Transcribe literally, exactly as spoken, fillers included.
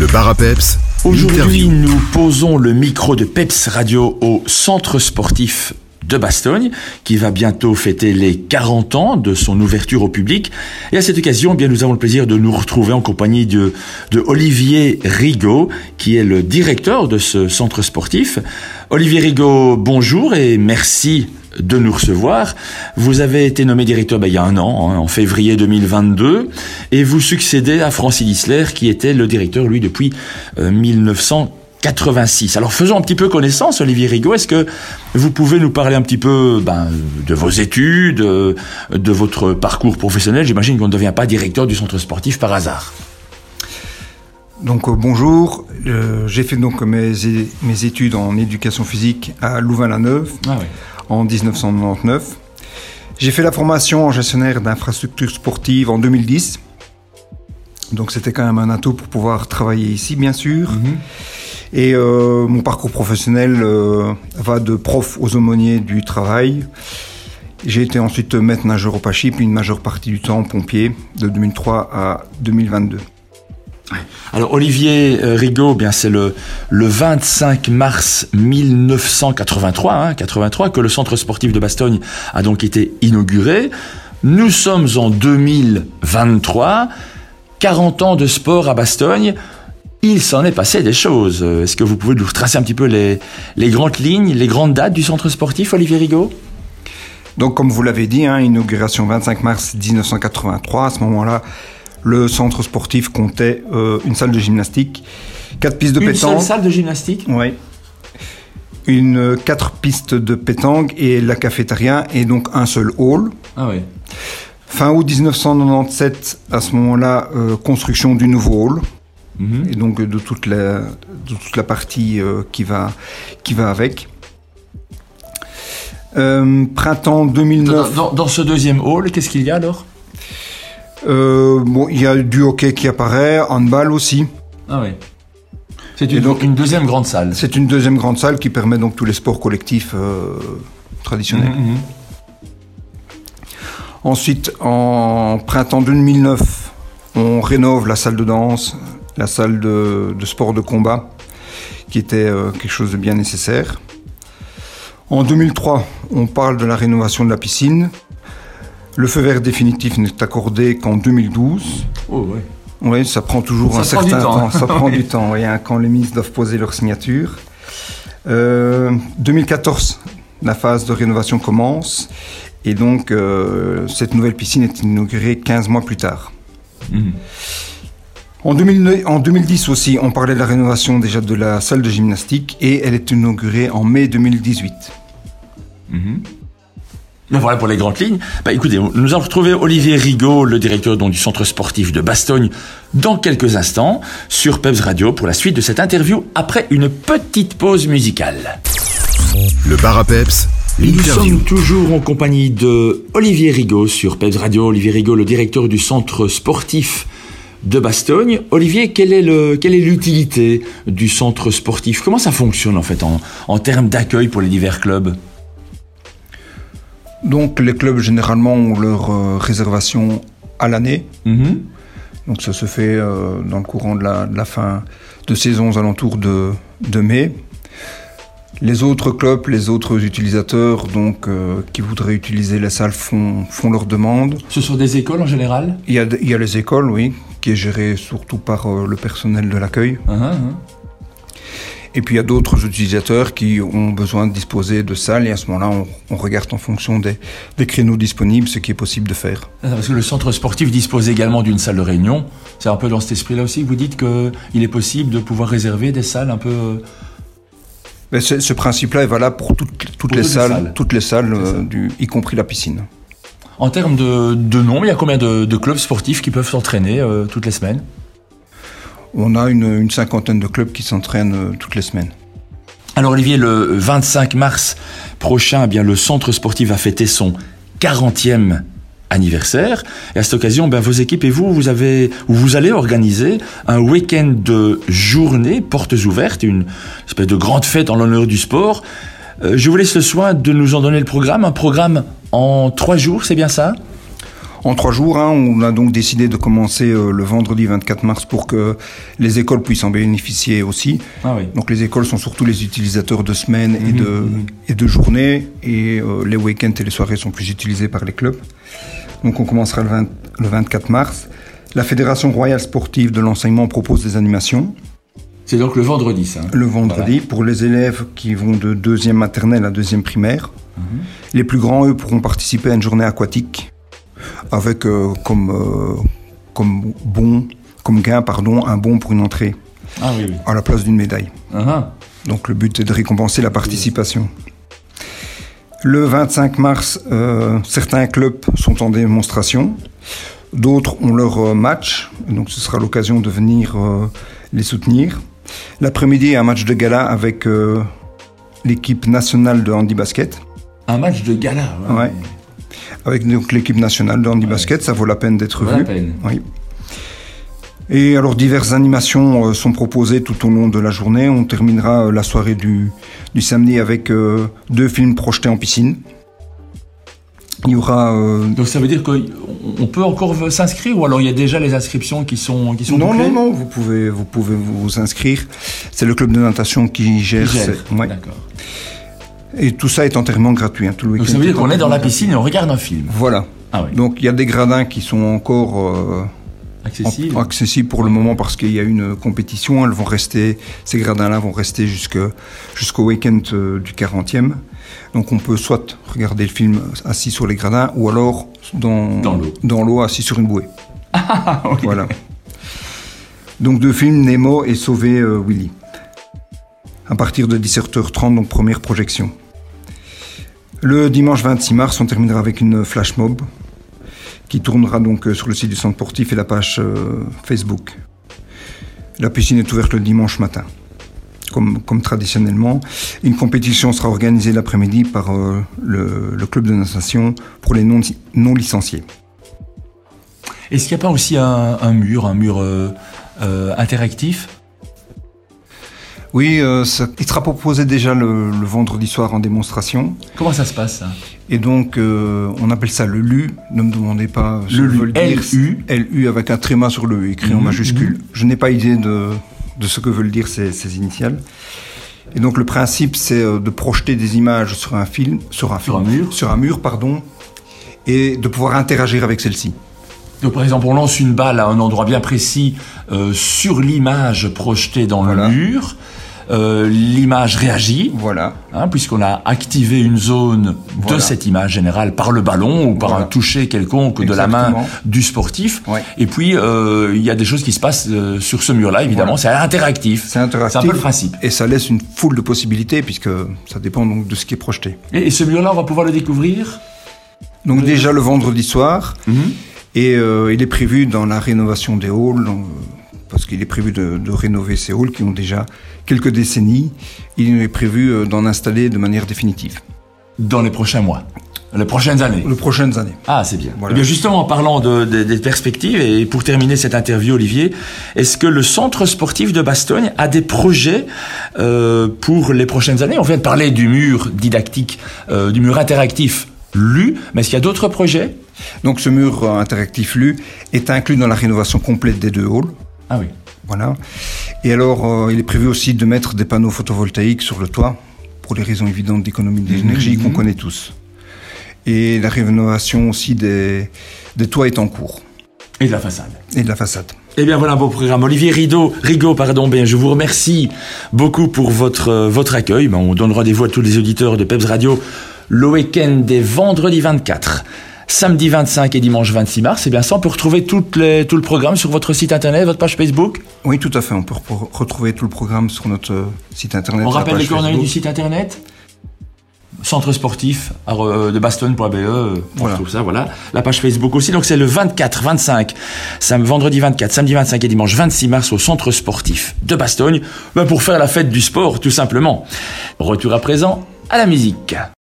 Le bar à Peps. Aujourd'hui, nous posons le micro de Peps Radio au centre sportif de Bastogne, qui va bientôt fêter les quarante ans de son ouverture au public. Et à cette occasion, eh bien, nous avons le plaisir de nous retrouver en compagnie de, de Olivier Rigaud, qui est le directeur de ce centre sportif. Olivier Rigaud, bonjour et merci de nous recevoir. Vous avez été nommé directeur ben, il y a un an, hein, en février deux mille vingt-deux, et vous succédez à Francis Disler, qui était le directeur, lui, depuis euh, mille neuf cent quatre-vingt-six. Alors faisons un petit peu connaissance, Olivier Rigaud. Est-ce que vous pouvez nous parler un petit peu ben, de vos études, de votre parcours professionnel? J'imagine qu'on ne devient pas directeur du centre sportif par hasard. Donc euh, bonjour, euh, j'ai fait donc mes, mes études en éducation physique à Louvain-la-Neuve ah oui. en dix-neuf cent quatre-vingt-dix-neuf. J'ai fait la formation en gestionnaire d'infrastructures sportives en deux mille dix. Donc c'était quand même un atout pour pouvoir travailler ici, bien sûr. Mm-hmm. Et euh, mon parcours professionnel euh, va de prof aux aumôniers du travail. J'ai été ensuite maître nageur au Pachy, puis une majeure partie du temps pompier, de deux mille trois à deux mille vingt-deux. Alors Olivier Rigaud, bien c'est le le vingt-cinq mars mille neuf cent quatre-vingt-trois, hein, quatre-vingt-trois que le centre sportif de Bastogne a donc été inauguré. Nous sommes en deux mille vingt-trois, quarante ans de sport à Bastogne. Il s'en est passé des choses. Est-ce que vous pouvez nous retracer un petit peu les les grandes lignes, les grandes dates du centre sportif, Olivier Rigaud? Donc comme vous l'avez dit, hein, inauguration vingt-cinq mars dix-neuf cent quatre-vingt-trois. À ce moment-là, le centre sportif comptait euh, une salle de gymnastique, quatre pistes de une pétanque. Une seule salle de gymnastique? Oui. Une quatre pistes de pétanque et la cafétéria, et donc un seul hall. Ah oui. Fin août dix-neuf cent quatre-vingt-dix-sept, à ce moment-là, euh, construction du nouveau hall. Mm-hmm. Et donc de toute la, de toute la partie euh, qui va, qui va avec. Euh, printemps deux mille neuf. Dans, dans, dans ce deuxième hall, qu'est-ce qu'il y a alors? Euh, bon, il y a du hockey qui apparaît, handball aussi. Ah oui. C'est une, donc, une deuxième grande salle. C'est une deuxième grande salle qui permet donc tous les sports collectifs euh, traditionnels. Mmh, mmh. Ensuite, en printemps deux mille neuf, on rénove la salle de danse, la salle de, de sport de combat, qui était euh, quelque chose de bien nécessaire. En deux mille trois, on parle de la rénovation de la piscine. Le feu vert définitif n'est accordé qu'en deux mille douze. Oh oui. Oui, ça prend toujours ça un certain temps. temps. Ça prend du temps, oui, hein, quand les ministres doivent poser leur signature. Euh, deux mille quatorze, la phase de rénovation commence. Et donc, euh, cette nouvelle piscine est inaugurée quinze mois plus tard. Mmh. En, deux mille, en deux mille dix aussi, on parlait de la rénovation déjà de la salle de gymnastique. Et elle est inaugurée en mai deux mille dix-huit. Mmh. Ben voilà pour les grandes lignes. Ben écoutez, nous allons retrouver Olivier Rigaud, le directeur donc, du centre sportif de Bastogne, dans quelques instants, sur Peps Radio, pour la suite de cette interview, après une petite pause musicale. Le bar à Peps, l'interview. Nous sommes toujours en compagnie de Olivier Rigaud sur Peps Radio. Olivier Rigaud, le directeur du centre sportif de Bastogne. Olivier, quelle est, le, quelle est l'utilité du centre sportif? Comment ça fonctionne en fait en, en termes d'accueil pour les divers clubs? Donc les clubs généralement ont leur euh, réservation à l'année. Mmh. Donc ça se fait euh, dans le courant de la, de la fin de saison aux alentours de, de mai. Les autres clubs, les autres utilisateurs donc, euh, qui voudraient utiliser les salles font, font leur demande. Ce sont des écoles en général? Il y a, il y a les écoles, oui, qui est géré surtout par euh, le personnel de l'accueil. Uh-huh, uh-huh. Et puis il y a d'autres utilisateurs qui ont besoin de disposer de salles et à ce moment-là, on, on regarde en fonction des, des créneaux disponibles ce qui est possible de faire. Parce que le centre sportif dispose également d'une salle de réunion. C'est un peu dans cet esprit-là aussi que vous dites qu'il est possible de pouvoir réserver des salles un peu... Mais ce, ce principe-là est valable pour toutes, toutes, pour les, salles, salles. toutes les salles, euh, du, y compris la piscine. En termes de, de nombre, il y a combien de, de clubs sportifs qui peuvent s'entraîner euh, toutes les semaines? On a une, une cinquantaine de clubs qui s'entraînent euh, toutes les semaines. Alors Olivier, le vingt-cinq mars prochain, eh bien, le centre sportif va fêter son quarantième anniversaire. Et à cette occasion, ben, vos équipes et vous, vous avez, ou vous allez organiser un week-end de journée, portes ouvertes, une espèce de grande fête en l'honneur du sport. Euh, je vous laisse le soin de nous en donner le programme. Un programme en trois jours, c'est bien ça? en trois jours. Hein, on a donc décidé de commencer euh, le vendredi vingt-quatre mars pour que les écoles puissent en bénéficier aussi. Ah oui. Donc les écoles sont surtout les utilisateurs de semaines et, mmh, de, mmh. et de journées, et euh, les week-ends et les soirées sont plus utilisés par les clubs. Donc on commencera le, vingt, le vingt-quatre mars. La Fédération royale sportive de l'enseignement propose des animations. C'est donc le vendredi, ça. Le vendredi, voilà. Pour les élèves qui vont de deuxième maternelle à deuxième primaire. Mmh. Les plus grands, eux, pourront participer à une journée aquatique avec euh, comme, euh, comme, bon, comme gain pardon, un bon pour une entrée ah, oui, oui. à la place d'une médaille. Uh-huh. Donc le but est de récompenser la participation. Le vingt-cinq mars, euh, certains clubs sont en démonstration. D'autres ont leur euh, match. Donc ce sera l'occasion de venir euh, les soutenir. L'après-midi, un match de gala avec euh, l'équipe nationale de handi-basket. Un match de gala, ouais. ouais. Avec donc l'équipe nationale de handi-basket, ouais. Ça vaut la peine d'être ça vu. La peine. Oui. Et alors diverses animations euh, sont proposées tout au long de la journée. On terminera euh, la soirée du, du samedi avec euh, deux films projetés en piscine. Il y aura. Euh... Donc ça veut dire qu'on peut encore s'inscrire, ou alors il y a déjà les inscriptions qui sont qui sont Non bouclées ? non non, vous pouvez vous pouvez vous inscrire. C'est le club de natation qui gère. Qui gère. Ouais. D'accord. Et tout ça est entièrement gratuit. Hein, tout le Donc ça veut dire qu'on est dans la piscine et on regarde un film. Voilà. Ah oui. Donc il y a des gradins qui sont encore euh, accessibles. En, accessibles pour le moment parce qu'il y a une compétition. Elles vont rester, ces gradins-là vont rester jusque, jusqu'au week-end euh, du quarantième. Donc on peut soit regarder le film assis sur les gradins ou alors dans, dans l'eau, dans l'eau assis sur une bouée. Ah, okay. Voilà. Donc deux films, Nemo et Sauver euh, Willy. À partir de dix-sept heures trente, donc première projection. Le dimanche vingt-six mars, on terminera avec une flash mob qui tournera donc sur le site du centre sportif et la page euh, Facebook. La piscine est ouverte le dimanche matin, comme, comme traditionnellement. Une compétition sera organisée l'après-midi par euh, le, le club de natation pour les non, non licenciés. Est-ce qu'il n'y a pas aussi un, un mur, un mur euh, euh, interactif ? Oui, euh, ça, il sera proposé déjà le, le vendredi soir en démonstration. Comment ça se passe, ça ? Et donc, euh, on appelle ça le L U. Ne me demandez pas ce le que veut le dire. L U L U avec un tréma sur le U, écrit mmh, en majuscule. Mmh. Je n'ai pas idée de, de ce que veulent dire ces, ces initiales. Et donc, le principe, c'est de projeter des images sur un film, sur un, sur film, un mur, sur un mur, pardon, et de pouvoir interagir avec celle-ci. Donc, par exemple, on lance une balle à un endroit bien précis euh, sur l'image projetée dans voilà. le mur. Euh, l'image réagit, voilà. hein, puisqu'on a activé une zone voilà. de cette image générale par le ballon ou par voilà. un toucher quelconque Exactement. de la main du sportif. Ouais. Et puis, euh, il y a des choses qui se passent euh, sur ce mur-là, évidemment. Voilà. C'est interactif. C'est interactif. C'est un peu le principe. Et ça laisse une foule de possibilités, puisque ça dépend donc de ce qui est projeté. Et, et ce mur-là, on va pouvoir le découvrir Donc euh... déjà le vendredi soir. Mm-hmm. Et euh, il est prévu dans la rénovation des halls, dans, parce qu'il est prévu de, de rénover ces halls qui ont déjà quelques décennies. Il est prévu d'en installer de manière définitive. Dans les prochains mois, les prochaines années. Les prochaines années. Ah, c'est bien. Voilà. Eh bien justement, en parlant de, de, des perspectives, et pour terminer cette interview, Olivier, est-ce que le centre sportif de Bastogne a des projets euh, pour les prochaines années ? On vient de parler du mur didactique, euh, du mur interactif L U, mais est-ce qu'il y a d'autres projets ? Donc ce mur interactif L U est inclus dans la rénovation complète des deux halls. Ah oui. Voilà. Et alors, euh, il est prévu aussi de mettre des panneaux photovoltaïques sur le toit, pour les raisons évidentes d'économie d'énergie mmh. qu'on connaît tous. Et la rénovation aussi des, des toits est en cours. Et de la façade. Et de la façade. Eh bien voilà un beau programme. Olivier Rigaud, Rigaud pardon, bien, je vous remercie beaucoup pour votre, euh, votre accueil. Ben, on donne rendez-vous à tous les auditeurs de Peps Radio le week-end des vendredis vingt-quatre. Samedi vingt-cinq et dimanche vingt-six mars, et bien ça, on peut retrouver toutes les, tout le programme sur votre site internet, votre page Facebook ? Oui, tout à fait. On peut re- retrouver tout le programme sur notre site internet. On rappelle les coordonnées Facebook. du site internet ? Centre sportif de bastogne point b e, on voilà. retrouve ça, voilà. La page Facebook aussi, donc c'est le vingt-quatre, vingt-cinq, sam- vendredi vingt-quatre, samedi vingt-cinq et dimanche vingt-six mars au centre sportif de Bastogne, ben pour faire la fête du sport, tout simplement. Retour à présent à la musique.